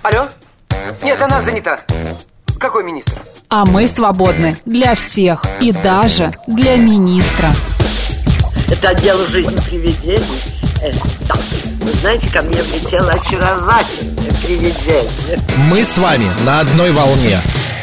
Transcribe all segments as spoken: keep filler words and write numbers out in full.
Алло? Нет, она занята. Какой министр? А мы свободны для всех и даже для министра. Это отдел «Жизнь привидений». Э, да. Вы знаете, ко мне влетело очаровательное привидение. Мы с вами на одной волне.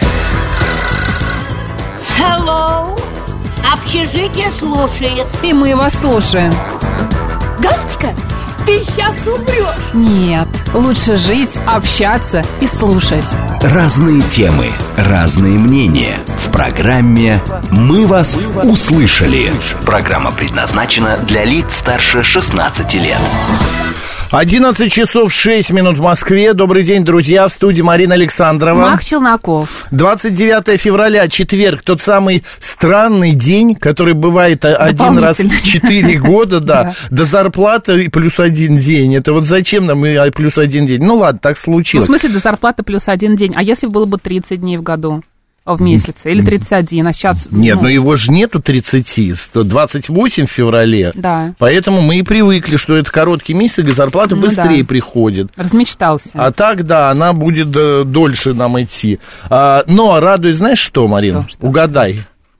Hello. Общежитие слушает. И мы вас слушаем. Галочка, ты сейчас умрешь. Нет, лучше жить, общаться и слушать. Разные темы, разные мнения. В программе «Мы вас услышали». Программа предназначена для лиц старше шестнадцати лет. одиннадцать часов шесть минут в Москве. Добрый день, друзья. В студии Марина Александрова. Мак Челноков. двадцать девятое февраля, четверг. Тот самый странный день, который бывает один раз в четыре года, да. До зарплаты плюс один день. Это вот зачем нам и плюс один день? Ну ладно, так случилось. В смысле до зарплаты плюс один день? А если было бы тридцать дней в году? В месяце, или тридцать один, а сейчас... Нет, ну, но его же нету тридцати, двадцать восемь в феврале. Да. Поэтому мы и привыкли, что это короткий месяц, и зарплата ну, быстрее да. приходит. Размечтался. А так, да, она будет э, дольше нам идти. А, но радует, знаешь что, Марина? Что, что? Угадай.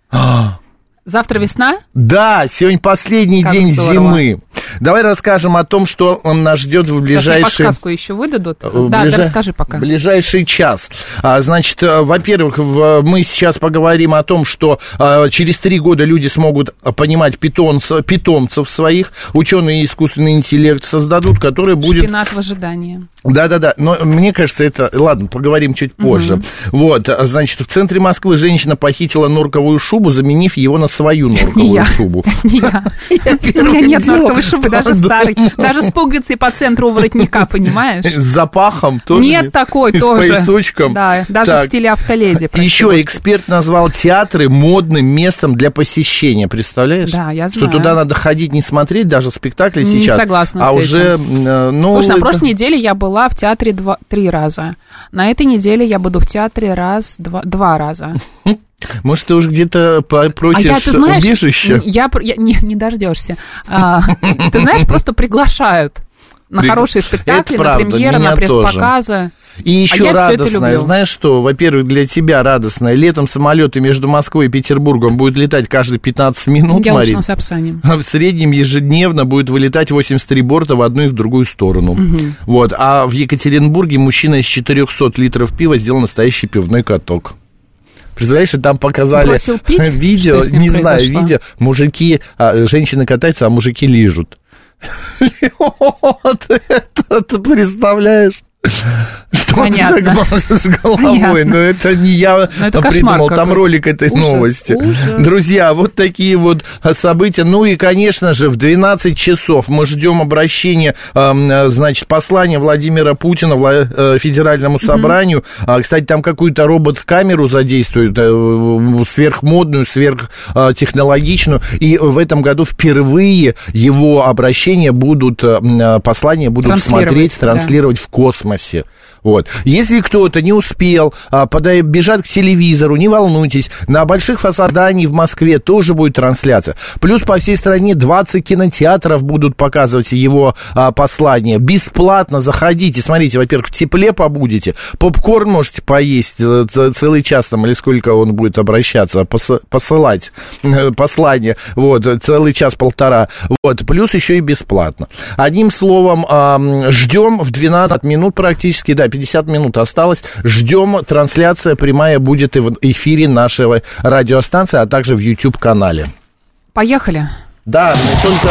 Завтра весна? Да, сегодня последний как день здорово. Зимы. Давай расскажем о том, что нас ждет в ближайший... Сейчас мне подсказку еще выдадут. В да, ближа... да, расскажи пока. В ближайший час. А, значит, во-первых, в... мы сейчас поговорим о том, что а, через три года люди смогут понимать питомцев, питомцев своих. Ученые искусственный интеллект создадут, который будет... Шпинат в ожидании. Да-да-да, но мне кажется, это... Ладно, поговорим чуть позже. Угу. Вот, значит, в центре Москвы женщина похитила норковую шубу, заменив его на свою норковую не шубу. Не я. У меня нет норковой шубы, даже старой. Даже с пуговицей по центру у воротника, понимаешь? С запахом тоже? Нет такой тоже. С поясочком? Да, даже в стиле автоледи. Еще эксперт назвал театры модным местом для посещения, представляешь? Да, я знаю. Что туда надо ходить, не смотреть даже спектакли сейчас. Не согласна с этим. А уже, ну... Слушай, на прошлой неделе я была в театре два, три раза. На этой неделе я буду в театре раз, два, два раза. Может, ты уж где-то прочишь а я, ты знаешь, убежище? Я, я не, не дождешься. А, ты знаешь, просто приглашают на При... хорошие спектакли, на премьеры, на пресс-показы. И еще а радостное, знаешь что, во-первых, для тебя радостное, летом самолеты между Москвой и Петербургом будут летать каждые пятнадцать минут, я Марин. с описанием. А в среднем ежедневно будет вылетать восемьдесят три борта в одну и в другую сторону. Угу. Вот. А в Екатеринбурге мужчина из четырехсот литров пива сделал настоящий пивной каток. Представляешь, там показали видео, не произошло? знаю, видео, мужики, а, женщины катаются, а мужики лижут. Вот это ты представляешь? Что Понятно. Ты так машешь головой? Понятно. Но это не я это придумал, там ролик этой ужас, новости. Ужас. Друзья, вот такие вот события. Ну и, конечно же, в двенадцать часов мы ждем обращения, значит, послания Владимира Путина Федеральному собранию. Mm-hmm. Кстати, там какую-то робот-камеру задействуют, сверхмодную, сверхтехнологичную. И в этом году впервые его обращения будут, послания будут смотреть, транслировать да. в космосе. Вот. Если кто-то не успел, а, подай, бежать к телевизору, не волнуйтесь, на больших фасадах зданий в Москве тоже будет трансляция. Плюс по всей стране двадцать кинотеатров будут показывать его а, послание. Бесплатно заходите, смотрите, во-первых, в тепле побудете, попкорн можете поесть целый час там, или сколько он будет обращаться, пос- посылать послание, вот, целый час-полтора, вот, плюс еще и бесплатно. Одним словом, а, ждем в двенадцать минут практически, да, пятьдесят минут осталось. Ждем. Трансляция прямая будет и в эфире нашей радиостанции, а также в YouTube-канале. Поехали. Да, но только...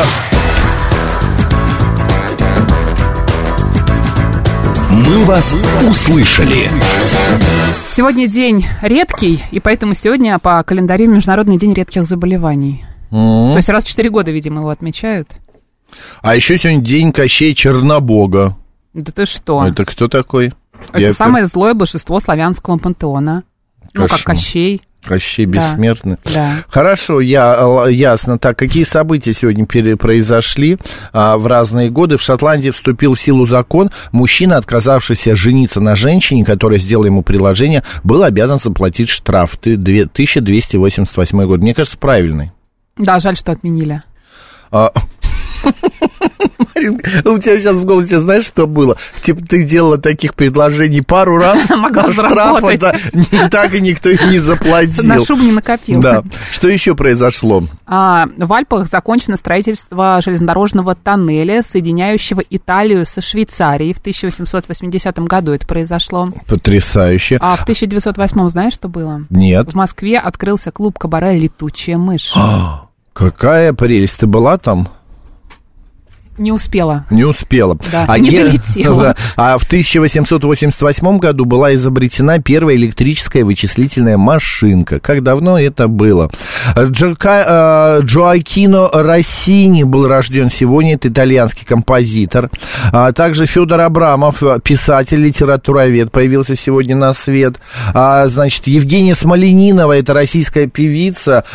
Мы вас услышали. Сегодня день редкий, и поэтому сегодня по календарю Международный день редких заболеваний. Mm-hmm. То есть раз в четыре года, видимо, его отмечают. А еще сегодня день Кощея Чернобога. Да ты что? Это кто такой? Это Я самое злое божество славянского пантеона. Кошмар. Ну, как Кощей. Кощей бессмертный. Да, да. Хорошо, я, ясно. Так, какие события сегодня произошли а, в разные годы? В Шотландии вступил в силу закон. Мужчина, отказавшийся жениться на женщине, которая сделала ему предложение, был обязан заплатить штраф. тысяча двести восемьдесят восьмой год. Мне кажется, правильный. Да, жаль, что отменили. А... У тебя сейчас в голосе, знаешь, что было? Типа ты делала таких предложений пару раз, а штрафа так и никто их не заплатил. На шубу не накопил. Да. Что еще произошло? А, в Альпах закончено строительство железнодорожного тоннеля, соединяющего Италию со Швейцарией. В тысяча восемьсот восьмидесятом году это произошло. Потрясающе. А в тысяча девятьсот восьмом знаешь, что было? Нет. В Москве открылся клуб кабаре «Летучая мышь». Какая прелесть. Ты была там? Не успела. Не успела. Да, а не ге... долетела. Да. А в тысяча восемьсот восемьдесят восьмом году была изобретена первая электрическая вычислительная машинка. Как давно это было? Джока... Джоакино Россини был рожден сегодня. Это итальянский композитор. А также Федор Абрамов, писатель, литературовед, появился сегодня на свет. А, значит, Евгения Смоленинова, это российская певица,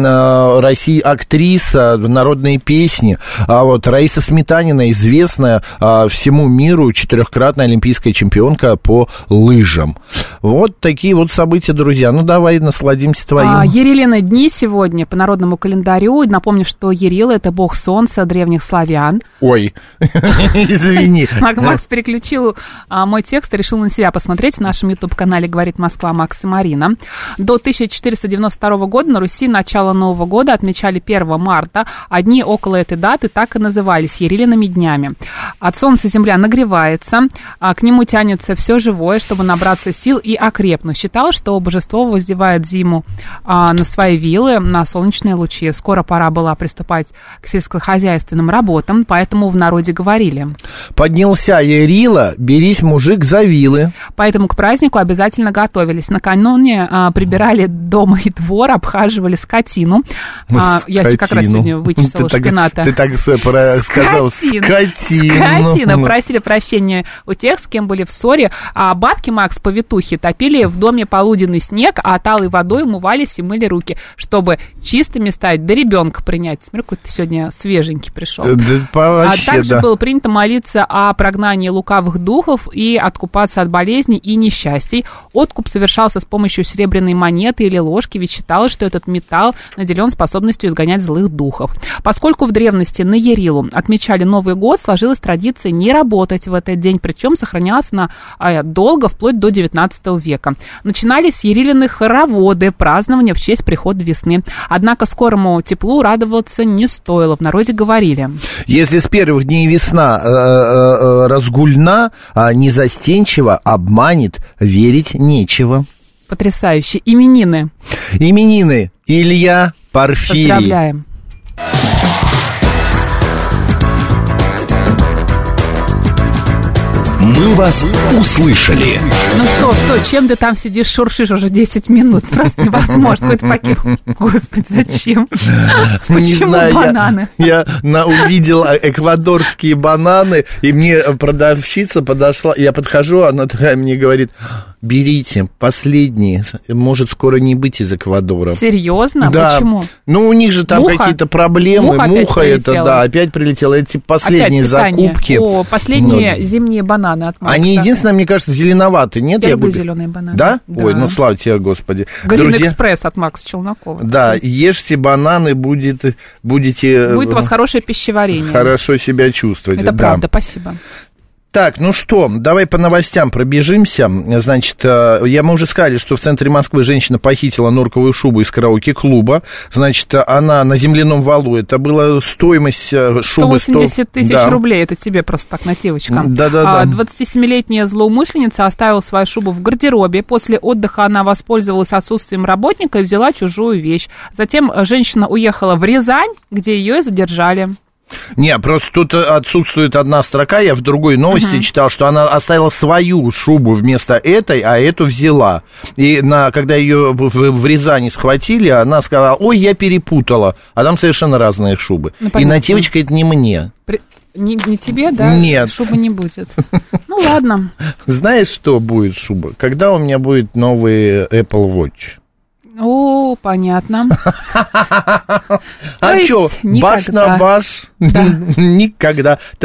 Россия, актриса, народные песни. А вот Раиса Сметанина, известная а, всему миру четырехкратная олимпийская чемпионка по лыжам. Вот такие вот события, друзья. Ну, давай насладимся твоим. А, Ярилины дни сегодня по народному календарю. Напомню, что Ярил — это бог солнца древних славян. Ой, извини. Макс переключил а, мой текст и решил на себя посмотреть. В нашем YouTube-канале «Говорит Москва» Макс и Марина. До тысяча четыреста девяносто второго года на Руси начало Нового года отмечали первого марта. А дни около этой даты так и назывались Ярилиными днями. От солнца земля нагревается, а к нему тянется все живое, чтобы набраться сил и окрепнуть. Считалось, что божество воздевает зиму а, на свои вилы, на солнечные лучи. Скоро пора была приступать к сельскохозяйственным работам, поэтому в народе говорили: поднялся Ярила, берись, мужик, за вилы. Поэтому к празднику обязательно готовились. Накануне а, прибирали дом и двор, обхаживали скотину. А, я как раз сегодня вычислила шпината. Ты так сказала. Скотина. Скотина. Скотина. Просили прощения у тех, с кем были в ссоре. А бабки Макс, повитухи, топили в доме полуденный снег, а талой водой умывались и мыли руки, чтобы чистыми стать, да ребенка принять. Смотри, какой ты сегодня свеженький пришел. Да, вообще, а также да. было принято молиться о прогнании лукавых духов и откупаться от болезней и несчастий. Откуп совершался с помощью серебряной монеты или ложки, ведь считалось, что этот металл наделен способностью изгонять злых духов. Поскольку в древности на Ярилу отмечали Новый год, сложилась традиция не работать в этот день, причем сохранялась она а, долго, вплоть до девятнадцатого века. Начинались с Ярилины хороводы, празднования в честь прихода весны. Однако скорому теплу радоваться не стоило. В народе говорили: если с первых дней весна э, э, разгульна, а незастенчива, обманет, верить нечего. Потрясающе. Именины. Именины. Илья, Порфирий. Поздравляем. Мы вас услышали. Ну что, что, чем ты там сидишь, шуршишь уже десять минут? Просто невозможно. Какой-то пакет. Господи, зачем? Почему бананы? Я увидел эквадорские бананы, и мне продавщица подошла, я подхожу, она такая мне говорит: берите, последние, может скоро не быть из Эквадора. Серьезно? Да. Почему? Ну, у них же там Муха? какие-то проблемы. Муха, Муха это, да, опять прилетела. Это типа последние закупки. О, последние ну, зимние бананы от Макса. Они единственное, мне кажется, зеленоватые. Нет, я, я люблю буду... зеленые бананы. Да? да? Ой, ну слава тебе, Господи. Грин Экспресс от Макса Челнокова. Да, ешьте бананы, будет, будете... Будет у вас хорошее пищеварение. Хорошо себя чувствовать. Это да. правда, спасибо. Так, ну что, давай по новостям пробежимся. Значит, я, мы уже сказали, что в центре Москвы женщина похитила норковую шубу из караоке-клуба. Значит, она на земляном валу. Это была стоимость шубы... сто восемьдесят тысяч да. рублей. Это тебе просто так нативочка. Да-да-да. двадцатисемилетняя злоумышленница оставила свою шубу в гардеробе. После отдыха она воспользовалась отсутствием работника и взяла чужую вещь. Затем женщина уехала в Рязань, где ее и задержали. Не, просто тут отсутствует одна строка, я в другой новости uh-huh. читал, что она оставила свою шубу вместо этой, а эту взяла. И на, когда ее в, в Рязани схватили, она сказала: ой, я перепутала, а там совершенно разные шубы. Ну, и нативочка это не мне. При... Не, не тебе, да? Нет. Шубы не будет. Ну, ладно. Знаешь, что будет шуба? Когда у меня будет новый Apple Watch. О, понятно. А что, баш на баш? Никогда. Ну,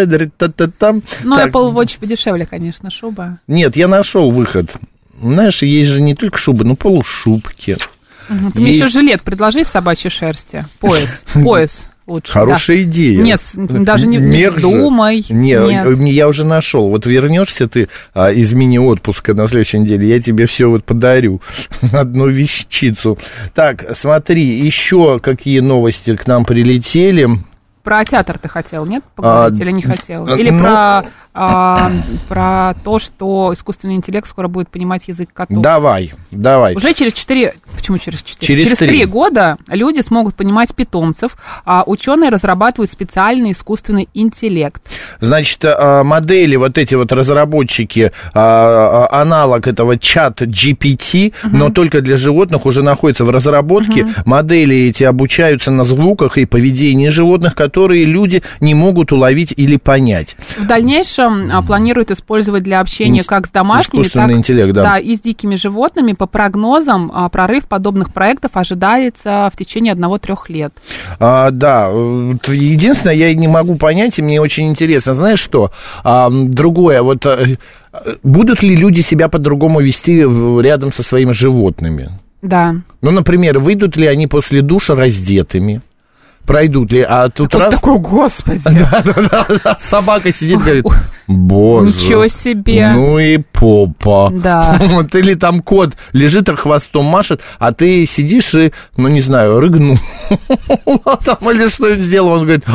Apple Watch подешевле, конечно, шуба. Нет, я нашел выход. Знаешь, есть же не только шубы, но полушубки. Ты мне еще жилет предложи из собачьей шерсти. Пояс. Пояс. лучше. Хорошая да. идея. Нет, даже не, не вздумай. Нет, нет, я уже нашел. Вот вернешься ты а, из мини-отпуска на следующей неделе, я тебе все вот подарю. Одну вещицу. Так, смотри, еще какие новости к нам прилетели. Про театр ты хотел, нет, поговорить, а, или не хотел? Или ну, про, а, про то, что искусственный интеллект скоро будет понимать язык котов? Давай, давай. Уже через четыре... Почему через четыре? Через, через три года люди смогут понимать питомцев, а ученые разрабатывают специальный искусственный интеллект. Значит, модели, вот эти вот разработчики, аналог этого чат джи пи ти, угу. но только для животных, уже находятся в разработке. Угу. Модели эти обучаются на звуках и поведении животных, которые которые люди не могут уловить или понять. В дальнейшем а, планируют использовать для общения как с домашними, так интеллект, да. Да, и с дикими животными. По прогнозам, а, прорыв подобных проектов ожидается в течение одного-трех лет. А, да, единственное, я не могу понять, и мне очень интересно, знаешь что, а, другое, вот а, будут ли люди себя по-другому вести рядом со своими животными? Да. Ну, например, выйдут ли они после душа раздетыми? Пройдут ли, а тут а раз... такой, господи. Да, да, да, да. Собака сидит, говорит, боже. Ничего себе. Ну и попа. Да. Вот, или там кот лежит, а хвостом машет, а ты сидишь и, ну, не знаю, рыгнул. Там или что сделал, он говорит...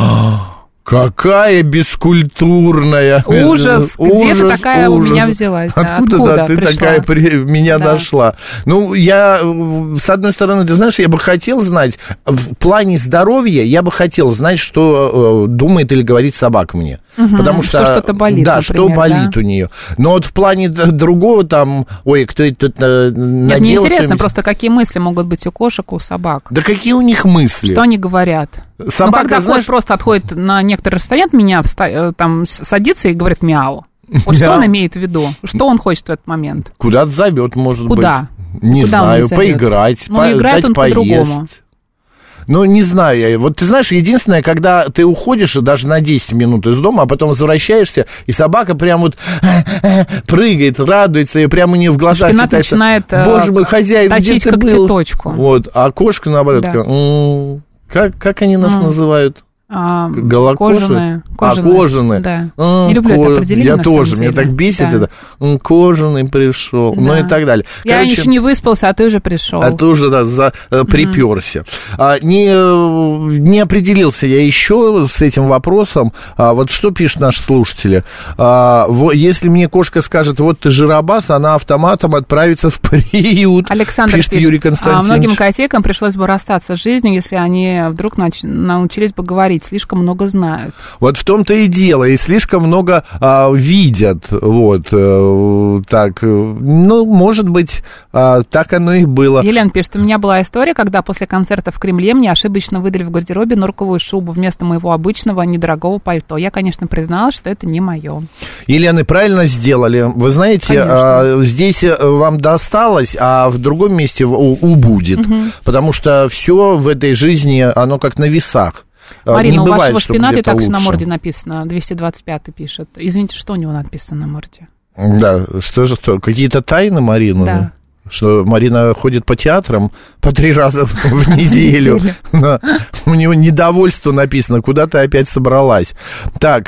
Какая бескультурная. Ужас, ужас где-то такая ужас. У меня взялась. Да? Откуда, Откуда да, ты пришла? такая при... меня да. нашла? Ну, я, с одной стороны, ты знаешь, я бы хотел знать, в плане здоровья, я бы хотел знать, что э, думает или говорит собака мне. Угу, потому что, что что-то болит, да, например, что болит да? у нее. Но вот в плане другого там, ой, кто это тут наделал... Мне интересно просто, какие мысли могут быть у кошек, у собак. Да какие у них мысли? Что они говорят? Собака, ну, когда знаешь... кот просто отходит на некоторый расстояние, меня вста... там садится и говорит мяу. Вот что он имеет в виду? Что он хочет в этот момент? Куда-то зовет, может Куда? быть. Не Куда знаю, поиграть, ну, по... играет дать он поесть. по-другому. Ну, не знаю я. Вот ты знаешь, единственное, когда ты уходишь даже на десять минут из дома, а потом возвращаешься, и собака прям вот прыгает, радуется, и прямо у нее в глазах Шпинат читается, начинает боже мой, хозяин, где ты как был? цветочку. Вот, а кошка, наоборот, да. такая, как, как они нас mm. называют? А, Голокоши? Кожаные. А, кожаные. Да. А, не люблю ко... это определение, Я на тоже, самом меня деле. так бесит да. это. Кожаный пришел, да. ну и так далее. Я Короче, еще не выспался, а ты уже пришел. А ты уже, да, за, mm-hmm. приперся. А, не, не определился я еще с этим вопросом. А, вот что пишут наши слушатели? А, вот, если мне кошка скажет, вот ты жиробас, она автоматом отправится в приют. Александр пишет, пишет, Юрий Константинович. А многим котейкам пришлось бы расстаться с жизнью, если они вдруг нач... научились бы говорить, слишком много знают. Вот в том-то и дело, и слишком много а, видят, вот, а, так, ну, может быть, а, так оно и было. Елена пишет, у меня была история, когда после концерта в Кремле мне ошибочно выдали в гардеробе норковую шубу вместо моего обычного недорогого пальто. Я, конечно, призналась, что это не мое. Елена, правильно сделали. Вы знаете, а, здесь вам досталось, а в другом месте у, убудет, угу. потому что все в этой жизни, оно как на весах. Марина, не у бывает, вашего шпината так лучше. На морде написано, двести двадцать пятый пишет. Извините, что у него написано на морде? Да, что же, что, какие-то тайны, Марина? Да. Что Марина ходит по театрам по три раза в неделю. У него недовольство написано, куда ты опять собралась. Так,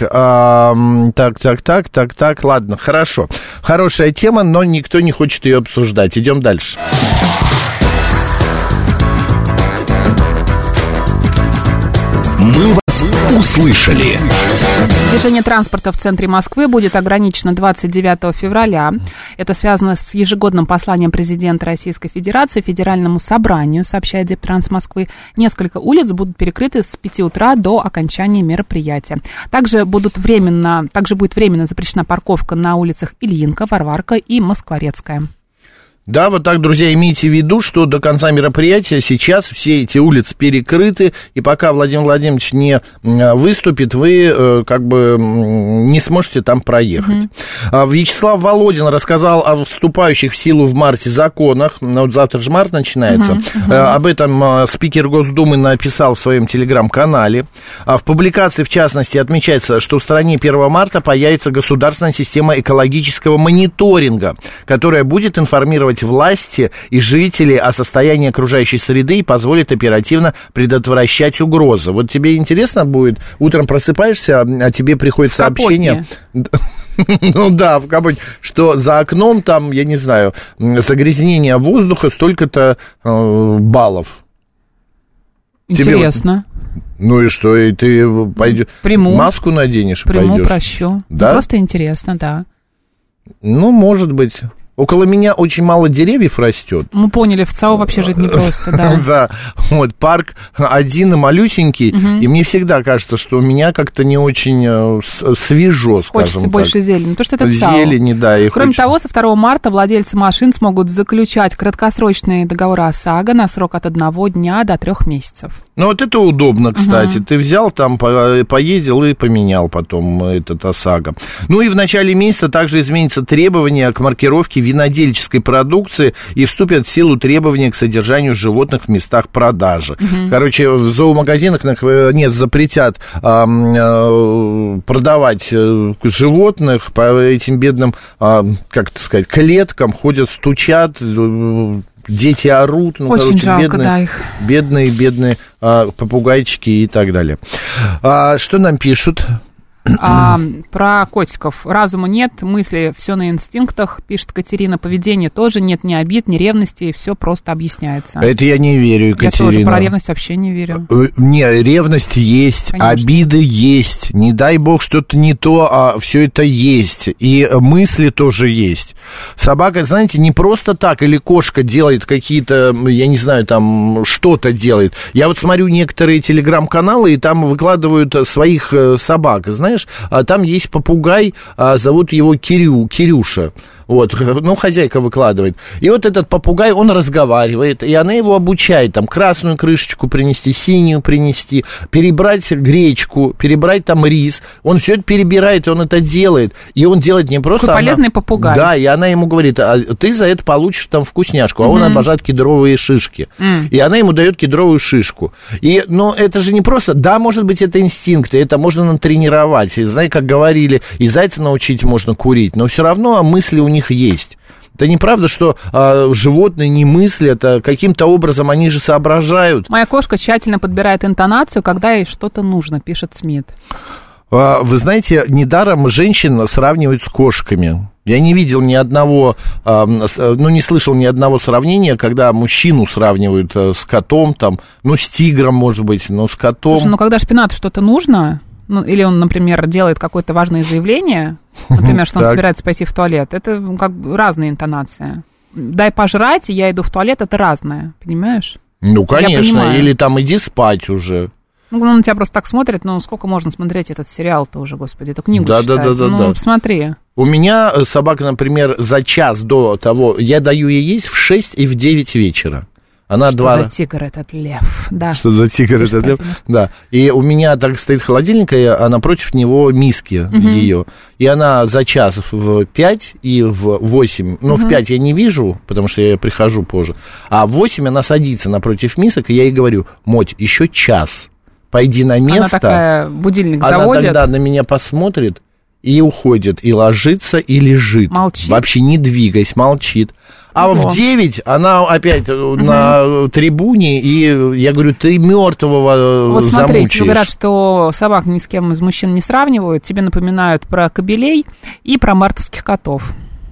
так, так, так, так, так, ладно, хорошо. Хорошая тема, но никто не хочет ее обсуждать. Идем дальше. Мы вас услышали. Движение транспорта в центре Москвы будет ограничено двадцать девятого февраля. Это связано с ежегодным посланием президента Российской Федерации Федеральному собранию, сообщает Дептранс Москвы. Несколько улиц будут перекрыты с пяти утра до окончания мероприятия. Также, будут временно, также будет временно запрещена парковка на улицах Ильинка, Варварка и Москворецкая. Да, вот так, друзья, имейте в виду, что до конца мероприятия сейчас все эти улицы перекрыты, и пока Владимир Владимирович не выступит, вы как бы не сможете там проехать. Mm-hmm. Вячеслав Володин рассказал о вступающих в силу в марте законах, вот завтра же март начинается, mm-hmm. Mm-hmm. Об этом спикер Госдумы написал в своем телеграм-канале. В публикации, в частности, отмечается, что в стране первого марта появится государственная система экологического мониторинга, которая будет информировать информировать власти и жителей о состоянии окружающей среды и позволит оперативно предотвращать угрозы. Вот тебе интересно будет, утром просыпаешься, а тебе приходит сообщение... Ну да, в Капотне, что за окном там, я не знаю, загрязнение воздуха столько-то э, баллов. Интересно. Тебе... Ну и что, и ты пойдешь, маску наденешь, приму, пойдешь? Прощу. Да? Ну, просто интересно, да. Ну, может быть. Около меня очень мало деревьев растет. Мы поняли, в ЦАО вообще жить непросто, да. Да, вот парк один и малюсенький, и мне всегда кажется, что у меня как-то не очень свежо, скажем так. Хочется больше зелени, потому что это ЦАО. Зелени, да. Кроме того, со второго марта владельцы машин смогут заключать краткосрочные договоры ОСАГО на срок от одного дня до трех месяцев. Ну, вот это удобно, кстати. Ты взял там, поездил и поменял потом этот ОСАГО. Ну, и в начале месяца также изменится требования к маркировке винодельческой продукции и вступят в силу требования к содержанию животных в местах продажи. Угу. Короче, в зоомагазинах, нет, запретят а, а, продавать животных по этим бедным, а, как это сказать, клеткам, ходят, стучат, дети орут. Ну, очень короче, жалко, бедные, да, их. Бедные, бедные а, попугайчики и так далее. А, что нам пишут? А, про котиков. Разума нет, мысли все на инстинктах, пишет Катерина. Поведение тоже нет ни обид, ни ревности, все просто объясняется. Это я не верю, Екатерина. Я тоже про ревность вообще не верю. Не, ревность есть, конечно. Обиды есть. Не дай бог что-то не то, а все это есть. И мысли тоже есть. Собака, знаете, не просто так, или кошка делает какие-то, я не знаю, там что-то делает. Я вот смотрю некоторые телеграм-каналы, и там выкладывают своих собак, знаешь, там есть попугай, зовут его Кирю, Кирюша. Вот, ну, хозяйка выкладывает. И вот этот попугай, он разговаривает, и она его обучает, там, красную крышечку принести, синюю принести, перебрать гречку, перебрать там рис. Он все это перебирает, и он это делает. И он делает не просто... Какой полезный она... попугай. Да, и она ему говорит, а ты за это получишь там вкусняшку, а mm-hmm. он обожает кедровые шишки. Mm. И она ему дает кедровую шишку. И, ну, это же не просто... Да, может быть, это инстинкты, это можно натренировать. И, знаете, как говорили, и зайца научить можно курить, но все равно мысли у них есть. Это неправда, что а, животные не мыслят, а каким-то образом они же соображают. Моя кошка тщательно подбирает интонацию, когда ей что-то нужно, пишет Смит. А, вы знаете, недаром женщин сравнивают с кошками. Я не видел ни одного, а, ну, не слышал ни одного сравнения, когда мужчину сравнивают с котом, там, ну, с тигром, может быть, но с котом. Слушай, ну, когда шпинату что-то нужно... Ну, или он, например, делает какое-то важное заявление, например, что он собирается пойти в туалет, это как бы разная интонация. Дай пожрать, я иду в туалет, это разное, понимаешь? Ну, конечно, или там иди спать уже. Ну, он на тебя просто так смотрит, ну, сколько можно смотреть этот сериал-то уже, господи, эту книгу да, читать. Да, да, да, ну, да. посмотри. У меня собака, например, за час до того, я даю ей есть в шесть и в девять вечера. Она что два... за тигр этот лев, да. Что за тигр этот лев, да. И у меня так стоит холодильник, а напротив него миски угу. ее. И она за час в пять и в восемь, ну, угу. в пять я не вижу, потому что я прихожу позже, а в восемь она садится напротив мисок, и я ей говорю, Моть, еще час, пойди на место. Она такая, будильник она заводит. Она тогда на меня посмотрит и уходит, и ложится, и лежит. Молчит. Вообще не двигаясь, молчит. А Зло. в девять она опять угу. на трибуне, и я говорю, ты мертвого вот замучаешь. Вот смотрите, говорят, что собак ни с кем из мужчин не сравнивают. Тебе напоминают про кобелей и про мартовских котов.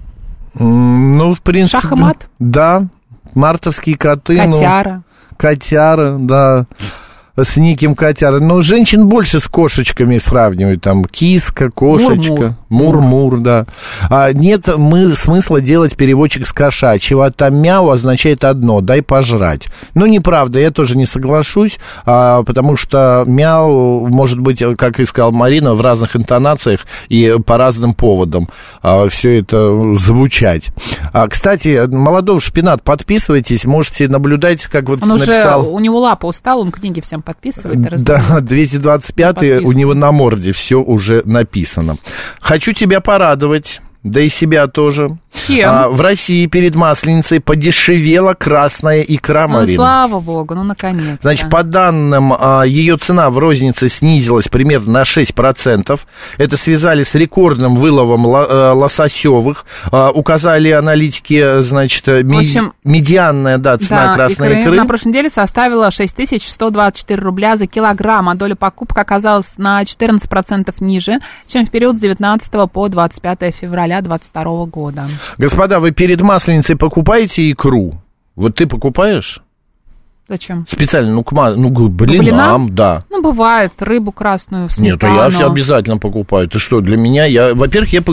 Ну, в принципе... Шах и мат? Да, мартовские коты. Котяра. Ну, котяра, да. С неким котярой. Но женщин больше с кошечками сравнивают. Там киска, кошечка. Мур-мур, да. А нет мы, смысла делать переводчик с кошачьего. Там мяу означает одно, дай пожрать. Ну, неправда, я тоже не соглашусь, а, потому что мяу может быть, как и сказала Марина, в разных интонациях и по разным поводам а, все это звучать. А, кстати, молодой шпинат, подписывайтесь, можете наблюдать, как вот он написал... уже, у него лапа устал, он книги всем подписывает. Да, двести двадцать пятый у него на морде все уже написано. Хочу тебя порадовать, да и себя тоже. Чем? А, в России перед Масленицей подешевела красная икра, Марина. Ну, слава богу, ну, наконец-то. Значит, по данным, а, ее цена в рознице снизилась примерно на шесть процентов. Это связали с рекордным выловом л- лососевых. А, указали аналитики, значит, ми- общем, медианная да, цена да, красной икры, икры на прошлой неделе составила шесть тысяч сто двадцать четыре рубля за килограмм, а доля покупок оказалась на четырнадцать процентов ниже, чем в период с девятнадцатого по двадцать пятое февраля две тысячи двадцать второго года. Господа, вы перед Масленицей покупаете икру? Вот ты покупаешь? Зачем? Специально, ну, к, ну, к блинам, блинам, да. Ну, бывает, рыбу красную в сметану. Нет, я все обязательно покупаю. Ты что, для меня, я, во-первых, я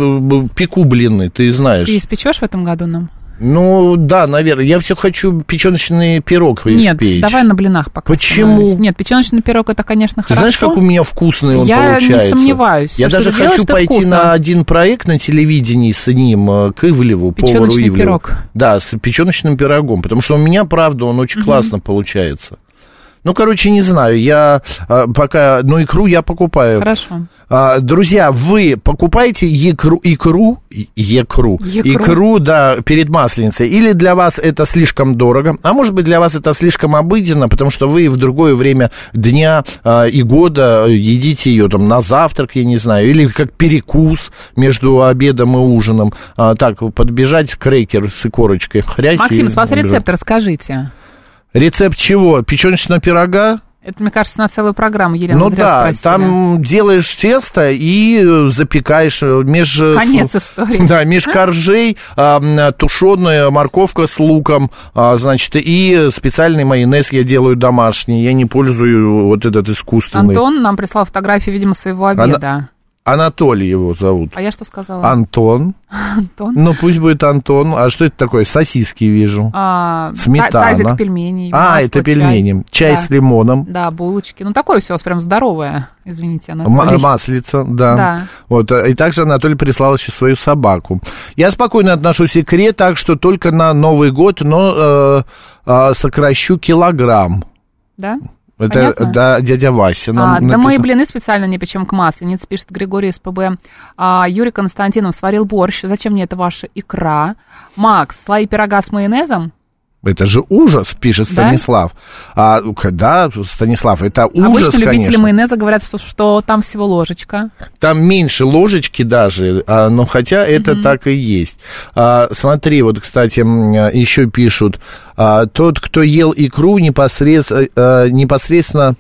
пеку блины, ты знаешь. Ты испечешь в этом году нам? Ну, да, наверное. Я все хочу печеночный пирог Нет, испечь. Нет, давай на блинах пока. Почему? Становлюсь. Нет, печеночный пирог, это, конечно, Ты хорошо. знаешь, как у меня вкусный он я получается? Я не сомневаюсь. Я Все, даже хочу делаешь, пойти вкусно. на один проект на телевидении с ним, к Ивлеву, повару Печеночный Ивлеву. пирог. Да, с печеночным пирогом, потому что у меня, правда, он очень угу. классно получается. Ну, короче, не знаю, я а, пока, ну, икру я покупаю. Хорошо. А, друзья, вы покупаете икру, икру, икру, икру, да, перед Масленицей, или для вас это слишком дорого, а может быть, для вас это слишком обыденно, потому что вы в другое время дня а, и года едите ее там на завтрак, я не знаю, или как перекус между обедом и ужином, а, так, подбежать крекер с икорочкой, хрясь. Максим, с вас рецепт расскажите. Рецепт чего? Печеночного пирога? Это, мне кажется, на целую программу, Елена, ну зря да, спросили. там делаешь тесто и запекаешь меж... Конец истории. Да, меж коржей а, тушеная морковка с луком, а, значит, и специальный майонез я делаю домашний, я не пользую вот этот искусственный. Антон нам прислал фотографию, видимо, своего обеда. Она... Анатолий его зовут. А я что сказала? Антон. Антон? Ну, пусть будет Антон. А что это такое? Сосиски вижу. А, сметана. Тазик пельменей. А, масло, это пельмени. Чай, чай да. с лимоном. Да, булочки. Ну, такое все у вас прям здоровое. Извините, Анатолий. М- маслица, да. да. Вот. И также Анатолий прислал еще свою собаку. Я спокойно отношусь к икре, так что только на Новый год, но э, э, сокращу килограмм. Да? Это да, дядя Вася нам а, написал. Да мы и блины специально не печем к масленице, пишет Григорий СПБ. А, Юрий Константинов сварил борщ. Зачем мне это ваша икра? Макс, слои пирога с майонезом? Это же ужас, пишет да? Станислав. А, да, Станислав, это ужас, Обычно конечно. любители майонеза говорят, что, что там всего ложечка. Там меньше ложечки даже, а, но хотя это mm-hmm. так и есть. А, смотри, вот, кстати, еще пишут, а, тот, кто ел икру непосредственно... А, непосредственно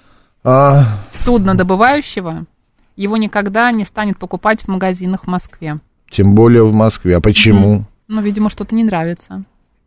а... суднодобывающего, его никогда не станет покупать в магазинах в Москве. Тем более в Москве. А почему? Mm-hmm. Ну, видимо, что-то не нравится.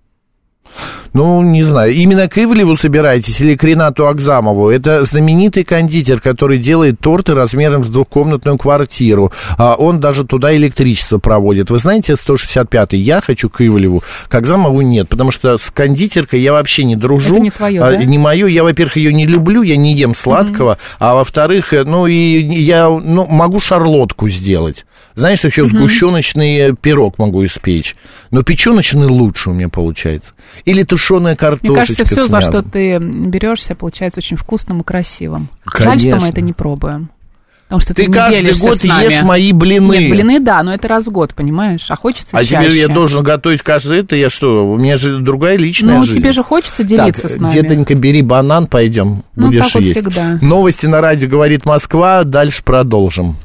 Ну, не знаю, именно к Ивлеву собираетесь или к Ренату Акзамову? Это знаменитый кондитер, который делает торты размером с двухкомнатную квартиру. А он даже туда электричество проводит. Вы знаете, сто шестьдесят пятый, я хочу к Ивлеву, к Акзамову нет, потому что с кондитеркой я вообще не дружу. Это не твое, а, да? Не мое, я, во-первых, ее не люблю, я не ем сладкого, mm-hmm. а во-вторых, ну, и я ну, могу шарлотку сделать. Знаешь, еще mm-hmm. сгущеночный пирог могу испечь, но печеночный лучше у меня получается. Или тушеная картошечка. Мне кажется, все, за что ты берешься, получается очень вкусным и красивым. Конечно. Жаль, что мы это не пробуем. Потому что ты, ты каждый не год с нами. Ешь мои блины. Нет, блины, да, но это раз в год, понимаешь? А хочется а чаще. А тебе я должен готовить каждый это, я что? У меня же другая личная ну, жизнь. Ну, тебе же хочется делиться так, с нами. Детонька, бери банан, пойдем, ну, будешь так вот есть. Всегда. Новости на радио «Говорит Москва», дальше продолжим.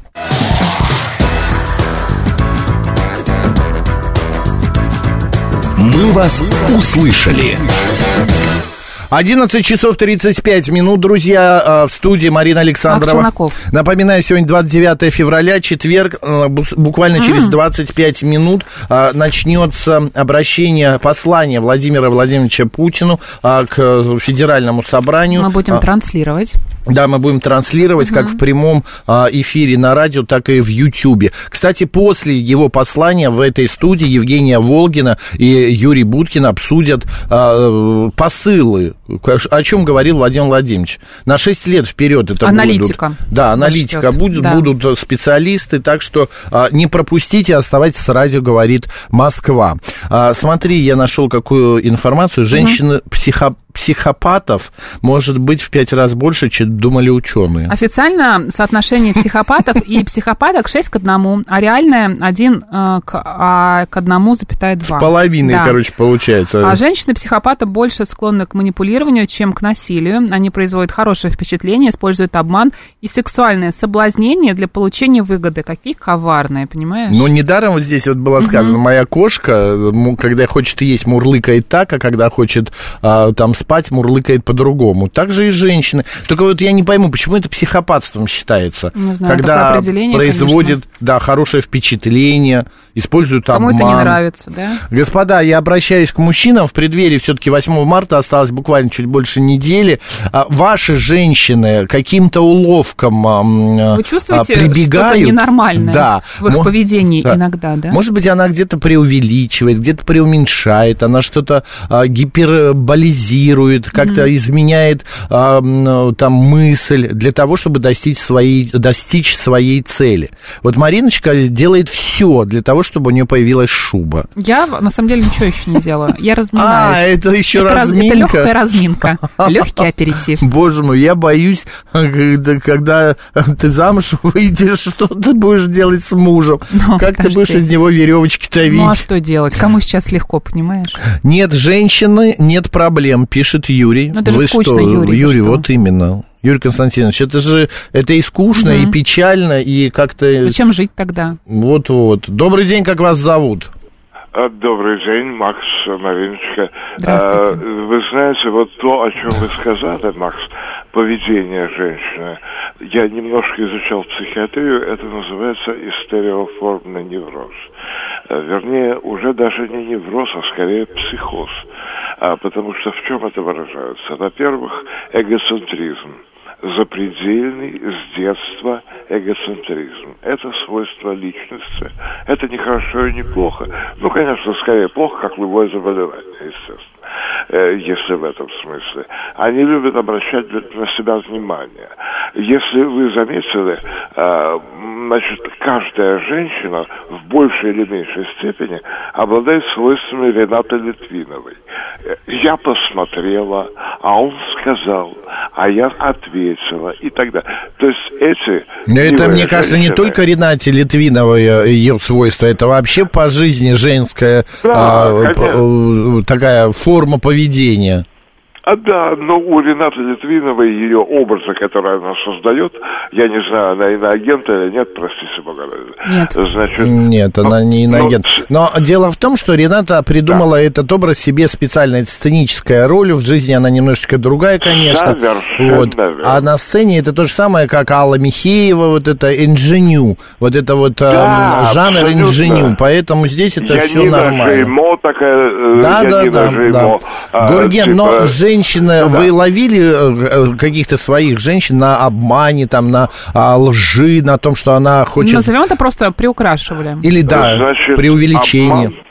Мы вас услышали. одиннадцать часов тридцать пять минут, друзья, в студии Марина Александрова. Напоминаю, сегодня двадцать девятое февраля, четверг, буквально mm-hmm. через двадцать пять минут начнется обращение, послание Владимира Владимировича Путину к Федеральному собранию. Мы будем а, транслировать. Да, мы будем транслировать mm-hmm. как в прямом эфире на радио, так и в Ютьюбе. Кстати, после его послания в этой студии Евгения Волгина и Юрий Буткин обсудят посылы. О чем говорил Владимир Владимирович. На шесть лет вперед это аналитика. будут. Да, аналитика. Будет, да. Будут специалисты, так что а, не пропустите, оставайтесь с радио «Говорит Москва». А, смотри, я нашел какую информацию. Женщины угу. психо... психопатов может быть в пять раз больше, чем думали ученые. Официально соотношение психопатов и психопаток шесть к одному, а реальное один к одному запятая два. С половиной, да. короче, получается. А женщины-психопаты больше склонны к манипулированию, чем к насилию. Они производят хорошее впечатление, используют обман и сексуальное соблазнение для получения выгоды. Какие коварные, понимаешь? Ну, недаром вот здесь вот было сказано, угу. моя кошка, когда хочет есть, мурлыкает так, а когда хочет там спать, мурлыкает по-другому. Так же и женщины. Только вот я не пойму, почему это психопатством считается. Не знаю, когда производит, конечно. да, хорошее впечатление, используют Кому обман. Кому это не нравится, да? Господа, я обращаюсь к мужчинам. В преддверии все-таки восьмого марта осталось буквально чуть больше недели. Ваши женщины каким-то уловкам Вы чувствуете прибегают? Что-то ненормальное да. в их Мо- поведении да. иногда, да? Может быть, она где-то преувеличивает, где-то преуменьшает, она что-то а, гиперболизирует, как-то mm-hmm. изменяет а, там мысль для того, чтобы достичь своей, достичь своей цели. Вот Мариночка делает все для того, чтобы у нее появилась шуба. Я, на самом деле, ничего еще не делаю. Я разминаюсь. А, это еще это разминка? Раз, это легкая разминка, легкий аперитив. Боже мой, я боюсь, когда, когда ты замуж выйдешь, что ты будешь делать с мужем? Ну, как подожди. Ты будешь из него веревочки травить? Ну, а что делать? Кому сейчас легко, понимаешь? Нет женщины, нет проблем, пишет Юрий. Ну, это же Вы скучно, что? Юрий. Юрий, вот именно. Юрий Константинович, это же, это и скучно, угу. и печально, и как-то... Зачем жить тогда? Вот-вот. Добрый день, как вас зовут? Добрый день, Макс, Мариночка. Здравствуйте. Вы знаете, вот то, о чем вы сказали, Макс, поведение женщины, я немножко изучал психиатрию, это называется истериоформный невроз. Вернее, уже даже не невроз, а скорее психоз. Потому что в чем это выражается? Во-первых, эгоцентризм. Запредельный с детства эгоцентризм. Это свойство личности. Это не хорошо и не плохо. Ну, конечно, скорее плохо, как любое заболевание, естественно, если в этом смысле. Они любят обращать на себя внимание. Если вы заметили, значит, каждая женщина в большей или меньшей степени обладает свойствами Ренаты Литвиновой. Я посмотрела, а он сказал, а я ответила и так далее. То есть эти... Но это, мне кажется, женщины... не только Ренате Литвиновой ее свойство, это вообще по жизни женская да, а, такая форма поведения. А да, но у Ренаты Литвиновой ее образы, которые она создает, я не знаю, она иноагент или нет, простите бога. Нет. Значит, нет, она но, не иноагент. Но... но дело в том, что Рената придумала да. этот образ себе специально, это сценическая роль, в жизни она немножечко другая, конечно. Вот. А на сцене это то же самое, как Алла Михеева, вот это инженю, вот это вот да, э, жанр абсолютно. Инженю, поэтому здесь это я все нормально. Жеймо, такая, да, да, да, да. А, Гурген, типа... но женщины, да. вы ловили каких-то своих женщин на обмане, там, на а, лжи, на том, что она хочет... Назовем это просто приукрашивали. Или, да, значит, преувеличение. Обман,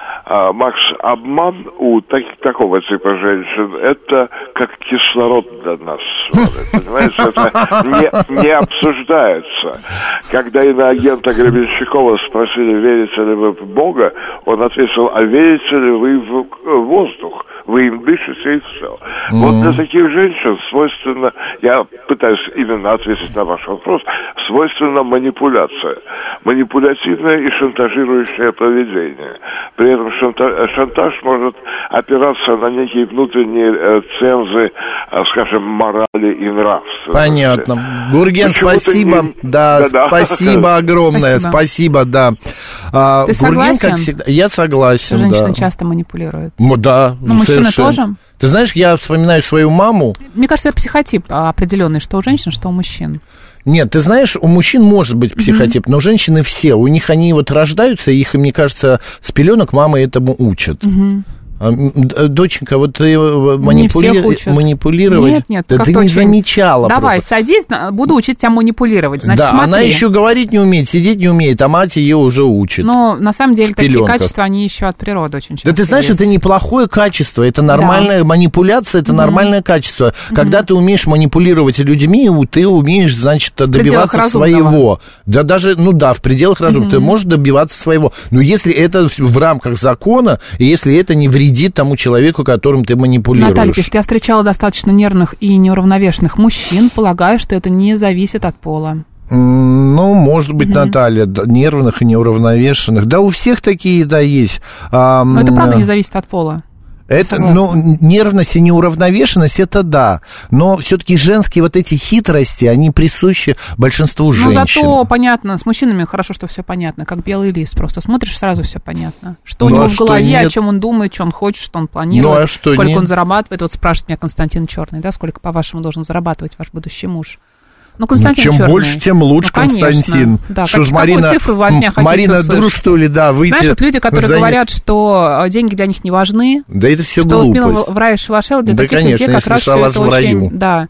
а, Макс, обман у так, такого типа женщин, это как кислород для нас с вами, понимаете? Это не, не обсуждается. Когда иноагента Гребенщикова спросили, верите ли вы в Бога, он ответил, а верите ли вы в воздух? Вы им дышите и все. Mm-hmm. Вот для таких женщин свойственно, я пытаюсь именно ответить на ваш вопрос, свойственна манипуляция. Манипулятивное и шантажирующее поведение. При этом шантаж, шантаж может опираться на некие внутренние э, цензы, э, скажем, морали и нравственности. Понятно. Гурген, Почему-то спасибо. Не... Да, да, спасибо огромное. Спасибо, спасибо да. А, Ты Гурген, согласен? Как всегда, я согласен. Женщины да. часто манипулируют. Ну, да, но мужчины совершенно. тоже? Ты знаешь, я вспоминаю свою маму. Мне кажется, это психотип определенный, что у женщин, что у мужчин. Нет, ты знаешь, у мужчин может быть психотип, mm-hmm. но женщины все, у них они вот рождаются, их, мне кажется, с пеленок мамы этому учат. Mm-hmm. Доченька, вот ты манипули... манипулировать... Нет, нет, да ты не замечала. Давай, просто. Садись, буду учить тебя манипулировать. Значит, да, смотри. Она еще говорить не умеет, сидеть не умеет, а мать ее уже учит. Но на самом деле такие качества, они еще от природы очень часто. Да ты знаешь, есть. Это неплохое качество, это нормальная да. манипуляция, это mm-hmm. нормальное качество. Mm-hmm. Когда ты умеешь манипулировать людьми, ты умеешь, значит, добиваться своего. Да даже, ну да, в пределах разума. Mm-hmm. Ты можешь добиваться своего. Но если это в рамках закона, и если это не вредит вредит тому человеку, которым ты манипулируешь. Наталья пишет, я встречала достаточно нервных и неуравновешенных мужчин, полагаю, что это не зависит от пола. Ну, может быть, угу. Наталья, нервных и неуравновешенных. Да, у всех такие, да, есть. А, но это правда не зависит от пола. Это, ну, нервность и неуравновешенность, это да. Но все-таки женские вот эти хитрости, они присущи большинству женщин. Ну, зато понятно, с мужчинами хорошо, что все понятно, как белый лист. Просто смотришь, сразу все понятно. Что ну, у него а в голове, о чем он думает, что он хочет, что он планирует, ну, а что сколько нет? Он зарабатывает. Вот спрашивает меня Константин Черный, да, сколько, по-вашему, должен зарабатывать ваш будущий муж? Ну, Константин Чем Черный. больше, тем лучше, ну, Константин. Да. Что как, ж, Марина, цифру вы от меня хотите Марина услышать? дура, что ли, да, выйти... Знаешь, вот люди, которые занят... говорят, что деньги для них не важны, да это все что глупость. Смело в рай шалашел, для да, таких конечно, людей как раз все это в раю. очень... Да,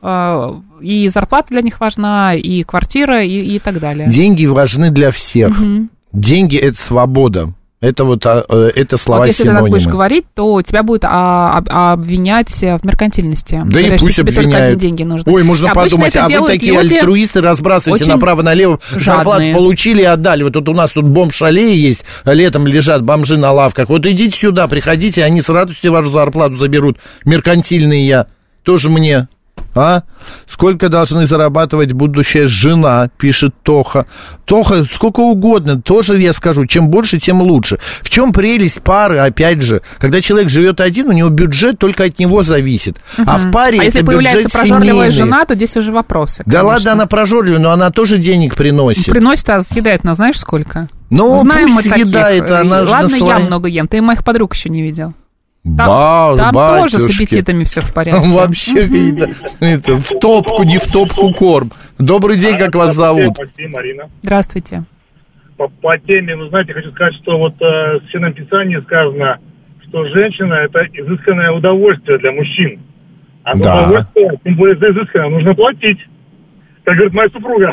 и зарплата для них важна, и квартира, и, и так далее. Деньги важны для всех. Угу. Деньги – это свобода. Это вот это слова вот если синонимы. ты так будешь говорить, то тебя будут а, а, обвинять в меркантильности. Да и пусть тебе обвиняют. Только одни деньги нужны. Ой, можно Обычно подумать, а вы такие альтруисты, разбрасываете направо-налево, зарплату получили и отдали. Вот тут у нас тут бомж-аллеи есть, летом лежат бомжи на лавках. Вот идите сюда, приходите, они с радостью вашу зарплату заберут. Меркантильные я. Тоже мне... А? Сколько должны зарабатывать будущая жена, пишет Тоха. Тоха, сколько угодно, тоже я скажу, чем больше, тем лучше. В чем прелесть пары, опять же, когда человек живет один, у него бюджет только от него зависит. Uh-huh. А в паре а это если появляется бюджет прожорливая семейный. Жена, то здесь уже вопросы. Да ладно, она прожорливая, но она тоже денег приносит. Приносит, а съедает, на знаешь сколько? Ну, знаем пусть мы съедает, таких. Она Ладно, же я свои... много ем, ты моих подруг еще не видел. Там, Ба, там батюшки. тоже с аппетитами все в порядке. Вообще, это, это в топку, не в топку корм. Добрый день, как вас зовут? Марина. Здравствуйте. По, по теме, вы знаете, хочу сказать, что вот э, в Священном Писании сказано, что женщина – это изысканное удовольствие для мужчин. А за да. удовольствие, тем более за изысканное, нужно платить. Как говорит моя супруга.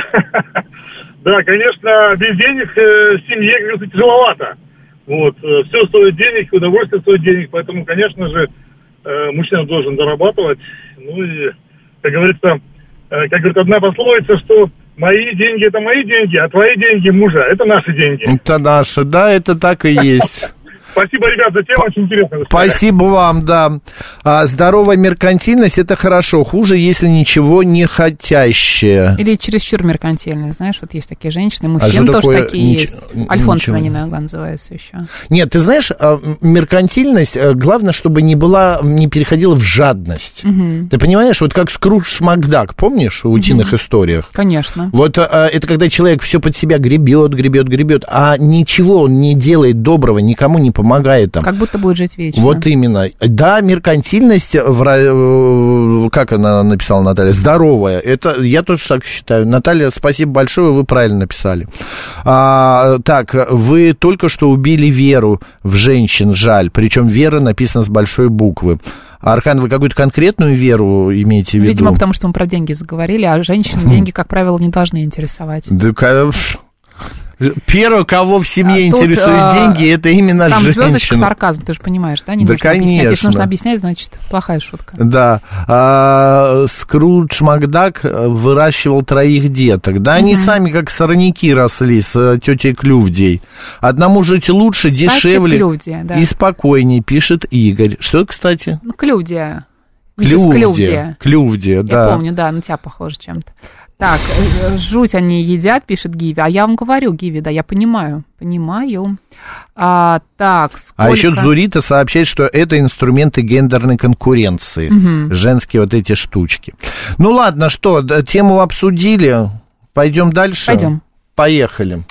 Да, конечно, без денег в семье, как говорится, тяжеловато. Вот, все стоит денег, удовольствие стоит денег, поэтому, конечно же, мужчина должен зарабатывать. Ну и, как говорится, как говорит одна пословица, что мои деньги – это мои деньги, а твои деньги мужа – это наши деньги. Это наши, да, это так и есть. Спасибо, ребят, за тему, очень интересно. Спасибо вам, да. А, здоровая меркантильность – это хорошо. Хуже, если ничего не хотящее. Или чересчур меркантильность. Знаешь, вот есть такие женщины, мужчины а тоже такое? Такие Нич... есть. Альфонсовы они иногда называются еще. Нет, ты знаешь, меркантильность, главное, чтобы не была, не переходила в жадность. Угу. Ты понимаешь, вот как Скрудж Макдак, помнишь, в утиных угу. историях? Конечно. Вот это когда человек все под себя гребет, гребет, гребет, а ничего он не делает доброго, никому не помогает там. Как будто будет жить вечно. Вот именно. Да, меркантильность, как она написала, Наталья, здоровая. Это я тоже так считаю. Наталья, спасибо большое, вы правильно написали. А, так, вы только что убили веру в женщин, жаль. Причем вера написана с большой буквы. Архан, вы какую-то конкретную веру имеете в виду? Видимо, потому что мы про деньги заговорили, а женщин деньги, как правило, не должны интересовать. Да, конечно. Первое, кого в семье а интересуют тут, а, деньги, это именно там женщина. Там звездочка сарказм, ты же понимаешь, да? Не да, нужно конечно. Объяснять. Если нужно объяснять, значит, плохая шутка. Да. А, Скрудж Макдак выращивал троих деток. Да, они mm-hmm. сами как сорняки росли с тетей Клювдей. Одному жить лучше, кстати, дешевле Клювдия, да. и спокойнее, пишет Игорь. Что, кстати? Ну, Клювдия. Клювдия. Клювдия. Клювдия, да. Я помню, да, на тебя похоже чем-то. Так, жуть они едят, пишет Гиви. А я вам говорю, Гиви, да, я понимаю, понимаю. А, так, сколько... А еще Зурита сообщает, что это инструменты гендерной конкуренции. Угу. Женские вот эти штучки. Ну ладно, что, тему обсудили. Пойдем дальше? Пойдем. Поехали.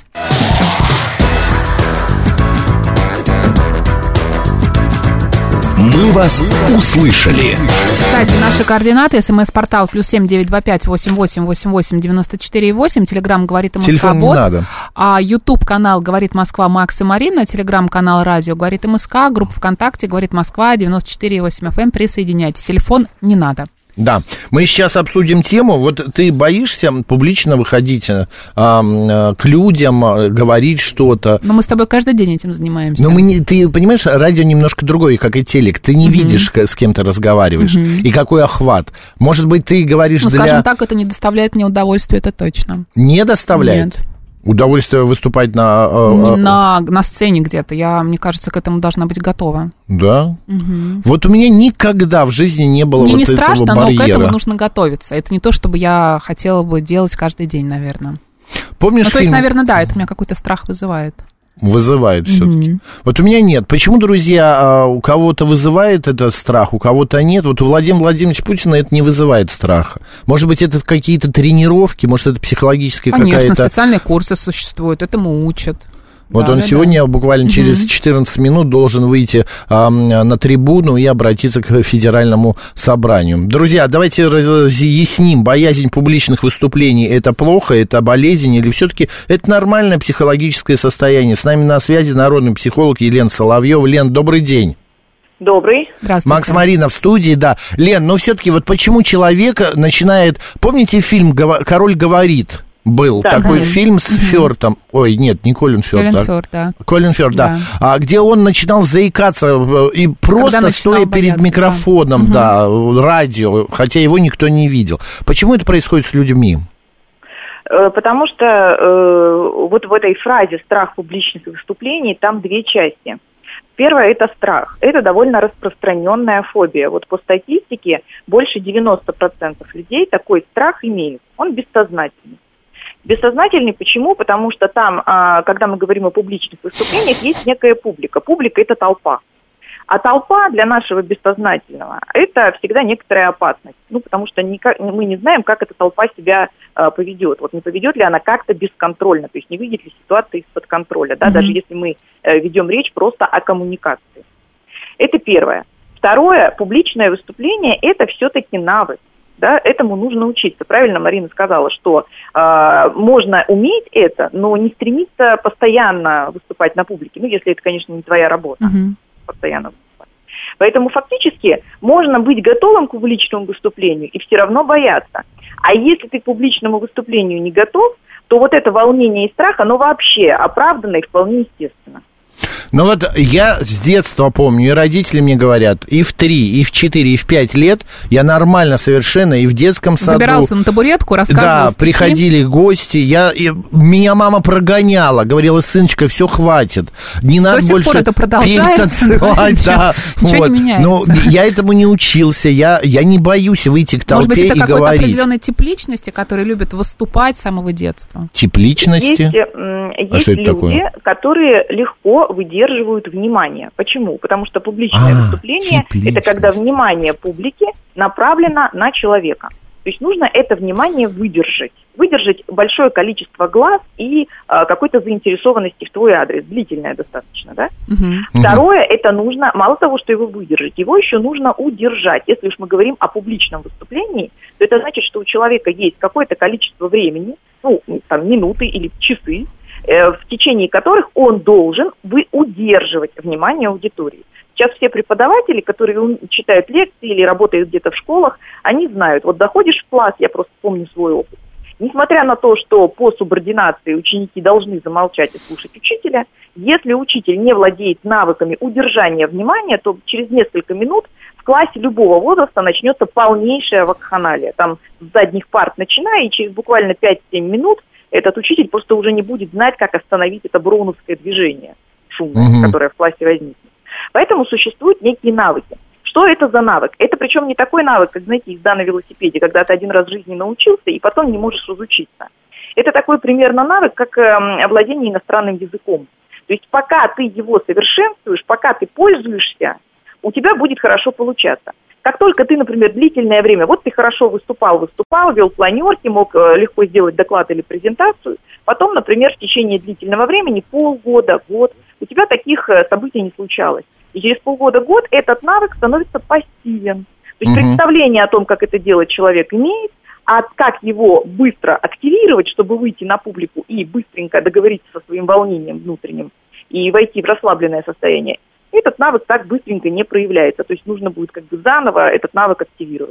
Мы вас услышали. Кстати, наши координаты. СМС-портал плюс семь девять два пять восемь восемь восемь восемь девяносто четыре восемь. Телеграм говорит и Москва бот. А Ютуб канал говорит Москва Макс и Марина. Телеграм канал радио говорит МСК. Группа ВКонтакте говорит Москва девяносто четыре восемь эф эм. Присоединяйтесь. Телефон не надо. Да, мы сейчас обсудим тему. Вот ты боишься публично выходить а, а, к людям, говорить что-то. Но мы с тобой каждый день этим занимаемся. Но мы не, ты понимаешь, радио немножко другое, как и телек. Ты не uh-huh. видишь, с кем ты разговариваешь, uh-huh. и какой охват. Может быть, ты говоришь ну, для... скажем так, это не доставляет мне удовольствия, это точно. Не доставляет? Нет. Удовольствие выступать на... На, на сцене где-то. Я, мне кажется, к этому должна быть готова. Да? Угу. Вот у меня никогда в жизни не было мне вот не этого страшно, барьера. но к этому нужно готовиться. Это не то, чтобы я хотела бы делать каждый день, наверное. Помнишь ну, то фильм... есть, наверное, да, это у меня какой-то страх вызывает. Вызывает все-таки. Mm-hmm. Вот у меня нет. Почему, друзья, у кого-то вызывает этот страх, у кого-то нет? Вот у Владимира Владимировича Путина это не вызывает страха. Может быть, это какие-то тренировки, может, это психологическая Конечно, какая-то... Конечно, специальные курсы существуют, этому учат. Вот да, он да, сегодня да. буквально через четырнадцать минут должен выйти а, на трибуну и обратиться к федеральному собранию. Друзья, давайте разъясним, боязнь публичных выступлений – это плохо, это болезнь или все-таки это нормальное психологическое состояние? С нами на связи народный психолог Елена Соловьева. Лен, добрый день. Добрый. Здравствуйте. Макс Марина в студии, да. Лен, но все-таки вот почему человек начинает... Помните фильм «Король говорит»? Был да, такой конечно. Фильм с угу. Фёртом. Ой, нет, не Колин Фёрд. Колин а, Фёрд, да. Колин Фёрд, да. да. А, где он начинал заикаться и просто стоя бояться, перед микрофоном, да. да, радио, хотя его никто не видел. Почему это происходит с людьми? Потому что э, вот в этой фразе «страх публичных выступлений» там две части. Первое – это страх. Это довольно распространенная фобия. Вот по статистике больше девяносто процентов людей такой страх имеют. Он бессознательный. Бессознательный почему? Потому что там, когда мы говорим о публичных выступлениях, есть некая публика. Публика – это толпа. А толпа для нашего бессознательного – это всегда некоторая опасность. Ну, потому что никак, мы не знаем, как эта толпа себя э, поведет. Вот не поведет ли она как-то бесконтрольно, то есть не выйдет ли ситуация из-под контроля, да, mm-hmm. даже если мы э, ведем речь просто о коммуникации. Это первое. Второе, публичное выступление – это все-таки навык. Да, этому нужно учиться. Правильно Марина сказала, что э, можно уметь это, но не стремиться постоянно выступать на публике. Ну, если это, конечно, не твоя работа. Uh-huh. Постоянно выступать. Поэтому фактически можно быть готовым к публичному выступлению и все равно бояться. А если ты к публичному выступлению не готов, то вот это волнение и страх, оно вообще оправдано и вполне естественно. Ну вот я с детства помню, и родители мне говорят, и в три, и в четыре, и в пять лет я нормально совершенно, и в детском саду... Забирался на табуретку, рассказывал Да, стихи. Приходили гости, я, и, меня мама прогоняла, говорила, сыночка, все хватит, не надо До больше пор это продолжается, танцевать. Да, ничего вот. не меняется. Но я этому не учился, я, я не боюсь выйти к толпе и говорить. Может быть, это какой-то определенный тип личности, который любит выступать с самого детства? Тип личности? Есть, есть а что это люди, такое? Которые легко выдерживают удерживают внимание. Почему? Потому что публичное а, выступление – это когда внимание публики направлено на человека. То есть нужно это внимание выдержать. Выдержать большое количество глаз и э, какой-то заинтересованности в твой адрес. Длительное достаточно, да? Угу. Второе – это нужно, мало того, что его выдержать, его еще нужно удержать. Если уж мы говорим о публичном выступлении, то это значит, что у человека есть какое-то количество времени, ну, там, минуты или часы, в течение которых он должен удерживать внимание аудитории. Сейчас все преподаватели, которые читают лекции или работают где-то в школах, они знают, вот доходишь в класс, я просто помню свой опыт, несмотря на то, что по субординации ученики должны замолчать и слушать учителя, если учитель не владеет навыками удержания внимания, то через несколько минут в классе любого возраста начнется полнейшая вакханалия. Там с задних парт начиная, и через буквально пять-семь минут этот учитель просто уже не будет знать, как остановить это броуновское движение шумное, угу. которое в классе возникнет. Поэтому существуют некие навыки. Что это за навык? Это причем не такой навык, как, знаете, езда на велосипеде, когда ты один раз в жизни научился и потом не можешь разучиться. Это такой примерно навык, как э, овладение иностранным языком. То есть пока ты его совершенствуешь, пока ты пользуешься, у тебя будет хорошо получаться. Как только ты, например, длительное время, вот ты хорошо выступал, выступал, вел планерки, мог э, легко сделать доклад или презентацию, потом, например, в течение длительного времени, полгода, год, у тебя таких э, событий не случалось. И через полгода-год этот навык становится пассивен. То есть угу. представление о том, как это делать, человек имеет, а как его быстро активировать, чтобы выйти на публику и быстренько договориться со своим волнением внутренним и войти в расслабленное состояние, этот навык так быстренько не проявляется. То есть нужно будет как бы заново этот навык активировать.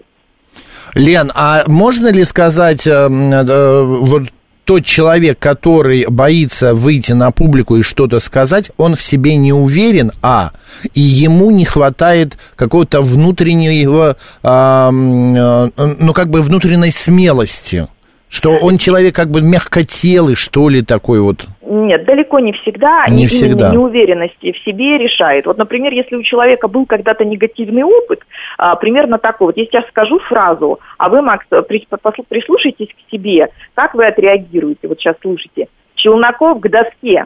Лен, а можно ли сказать, э, э, вот тот человек, который боится выйти на публику и что-то сказать, он в себе не уверен, а, и ему не хватает какого-то внутреннего, э, э, ну, как бы внутренней смелости. Что он человек как бы мягкотелый, что ли, такой вот? Нет, далеко не всегда. Не всегда. Неуверенности в себе решает. Вот, например, если у человека был когда-то негативный опыт, а, примерно такой. Вот я сейчас скажу фразу, а вы, Макс, прислушайтесь к себе. Как вы отреагируете? Вот сейчас слушайте. Челноков к доске.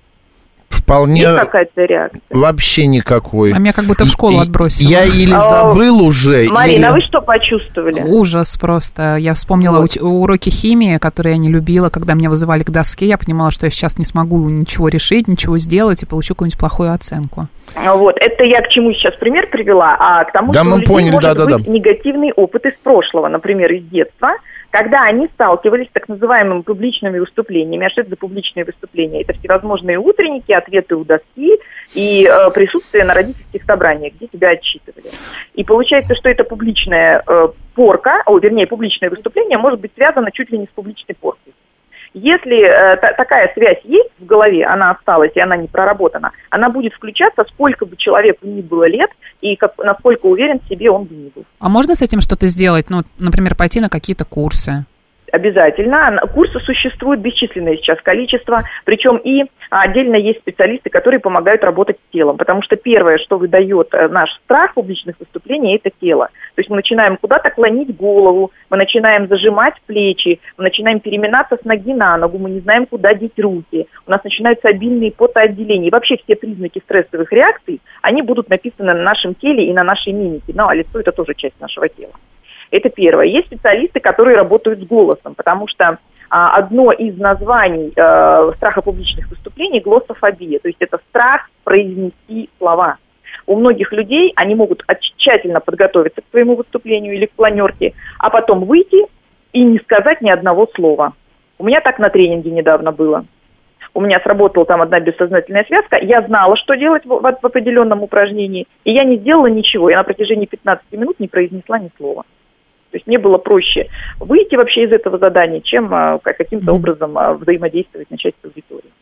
Вполне... Есть какая-то реакция? Вообще никакой. А меня как будто в школу отбросило. Я или забыл уже... Марина, или... а вы что почувствовали? Ужас просто. Я вспомнила вот. уроки химии, которые я не любила. Когда меня вызывали к доске, я понимала, что я сейчас не смогу ничего решить, ничего сделать и получу какую-нибудь плохую оценку. Вот, это я к чему сейчас пример привела, а к тому, да, что мы у людей поняли, может да, да, быть да. негативный опыт из прошлого, например, из детства, когда они сталкивались с так называемыми публичными выступлениями. А что это за публичные выступления? Это всевозможные утренники, ответы у доски и э, присутствие на родительских собраниях, где тебя отчитывали. И получается, что это публичная э, порка, о, вернее, публичное выступление может быть связано чуть ли не с публичной поркой. Если э, та, такая связь есть в голове, она осталась и она не проработана, она будет включаться, сколько бы человеку ни было лет и как, насколько уверен в себе он бы ни был. А можно с этим что-то сделать? Ну, например, пойти на какие-то курсы? Обязательно. Курсы существуют бесчисленное сейчас количество, причем и отдельно есть специалисты, которые помогают работать с телом, потому что первое, что выдает наш страх публичных выступлений, это тело. То есть мы начинаем куда-то клонить голову, мы начинаем зажимать плечи, мы начинаем переминаться с ноги на ногу, мы не знаем, куда деть руки, у нас начинаются обильные потоотделения. И вообще все признаки стрессовых реакций, они будут написаны на нашем теле и на нашей мимике, ну а лицо это тоже часть нашего тела. Это первое. Есть специалисты, которые работают с голосом, потому что а, одно из названий а, страха публичных выступлений – глоссофобия, то есть это страх произнести слова. У многих людей они могут тщательно подготовиться к своему выступлению или к планерке, а потом выйти и не сказать ни одного слова. У меня так на тренинге недавно было. У меня сработала там одна бессознательная связка, я знала, что делать в, в, в определенном упражнении, и я не сделала ничего, я на протяжении пятнадцати минут не произнесла ни слова. То есть мне было проще выйти вообще из этого задания, чем а, каким-то mm-hmm. образом а, взаимодействовать, начать с аудиторией.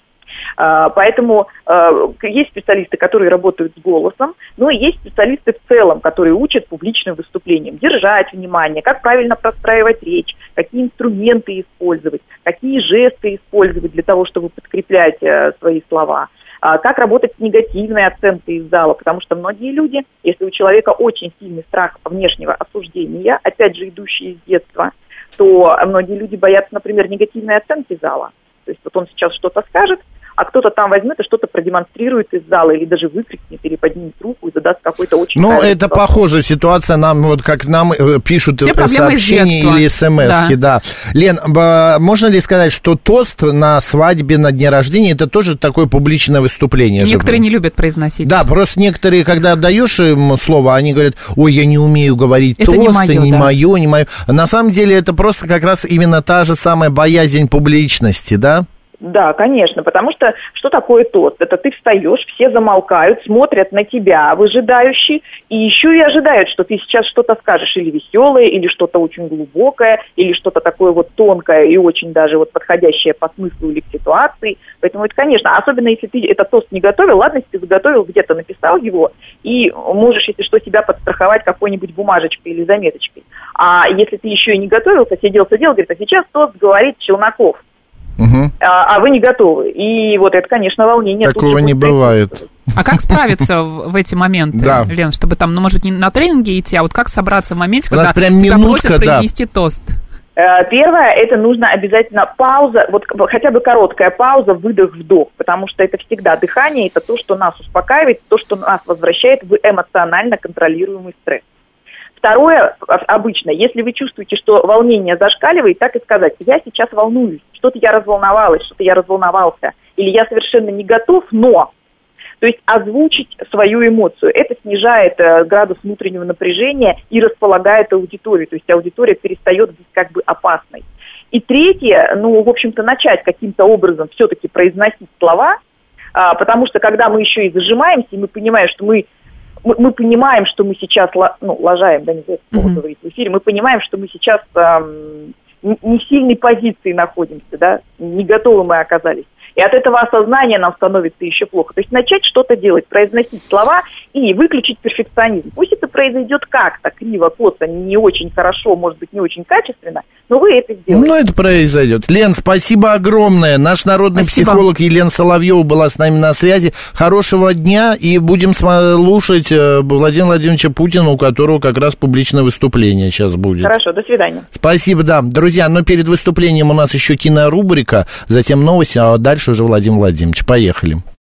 А, поэтому а, есть специалисты, которые работают с голосом, но есть специалисты в целом, которые учат публичным выступлениям, держать внимание, как правильно простраивать речь, какие инструменты использовать, какие жесты использовать для того, чтобы подкреплять а, свои слова. Как работать с негативной оценкой из зала, потому что многие люди, если у человека очень сильный страх внешнего осуждения, опять же, идущий из детства, то многие люди боятся, например, негативной оценки зала. То есть вот он сейчас что-то скажет, а кто-то там возьмет и что-то продемонстрирует из зала, или даже выкрикнет, или поднимет руку и задаст какой-то очень... Ну, это вопрос. Похожая ситуация, нам, вот как нам пишут все сообщения или смс-ки, да. да. Лен, можно ли сказать, что тост на свадьбе, на дне рождения, это тоже такое публичное выступление? Некоторые же не любят произносить. Да, просто некоторые, когда отдаешь им слово, они говорят, ой, я не умею говорить это тост, не не да. мое, не мое. На самом деле это просто как раз именно та же самая боязнь публичности, да? Да, конечно, потому что что такое тост? Это ты встаешь, все замолкают, смотрят на тебя, выжидающие, и еще и ожидают, что ты сейчас что-то скажешь или веселое, или что-то очень глубокое, или что-то такое вот тонкое и очень даже вот подходящее по смыслу или к ситуации. Поэтому это, конечно, особенно если ты этот тост не готовил, ладно, если ты заготовил, где-то написал его, и можешь, если что, себя подстраховать какой-нибудь бумажечкой или заметочкой. А если ты еще и не готовился, сидел-сидел, говорит, а сейчас тост говорит Челноков. Угу. А, а вы не готовы. И вот это, конечно, волнение. Такого не бывает. А как справиться в, в эти моменты, да. Лен, чтобы там, ну, может быть, не на тренинге идти, а вот как собраться в моменте, когда тебя минутка, просят да. произнести тост? Первое, это нужно обязательно пауза, вот хотя бы короткая пауза, выдох-вдох, потому что это всегда дыхание, это то, что нас успокаивает, то, что нас возвращает в эмоционально контролируемый стресс. Второе, обычно, если вы чувствуете, что волнение зашкаливает, так и сказать, я сейчас волнуюсь, что-то я разволновалась, что-то я разволновался, или я совершенно не готов, но... То есть озвучить свою эмоцию. Это снижает э, градус внутреннего напряжения и располагает аудиторию. То есть аудитория перестает быть как бы опасной. И третье, ну, в общем-то, начать каким-то образом все-таки произносить слова, а, потому что когда мы еще и зажимаемся, и мы понимаем, что мы Мы, мы понимаем, что мы сейчас, ну, лажаем, да, не знаю, слово говорить в эфире, мы понимаем, что мы сейчас эм, не в сильной позиции находимся, да, не готовы мы оказались. И от этого осознания нам становится еще плохо. То есть начать что-то делать, произносить слова и выключить перфекционизм. Пусть это произойдет как-то криво, косо, не очень хорошо, может быть, не очень качественно, но вы это сделаете. Ну, это произойдет. Лен, спасибо огромное. Наш народный спасибо. Психолог Елена Соловьева была с нами на связи. Хорошего дня, и будем слушать Владимира Владимировича Путина, у которого как раз публичное выступление сейчас будет. Хорошо, до свидания. Спасибо, да. Друзья, но перед выступлением у нас еще кинорубрика, затем новости, а дальше уже Владимир Владимирович. Поехали.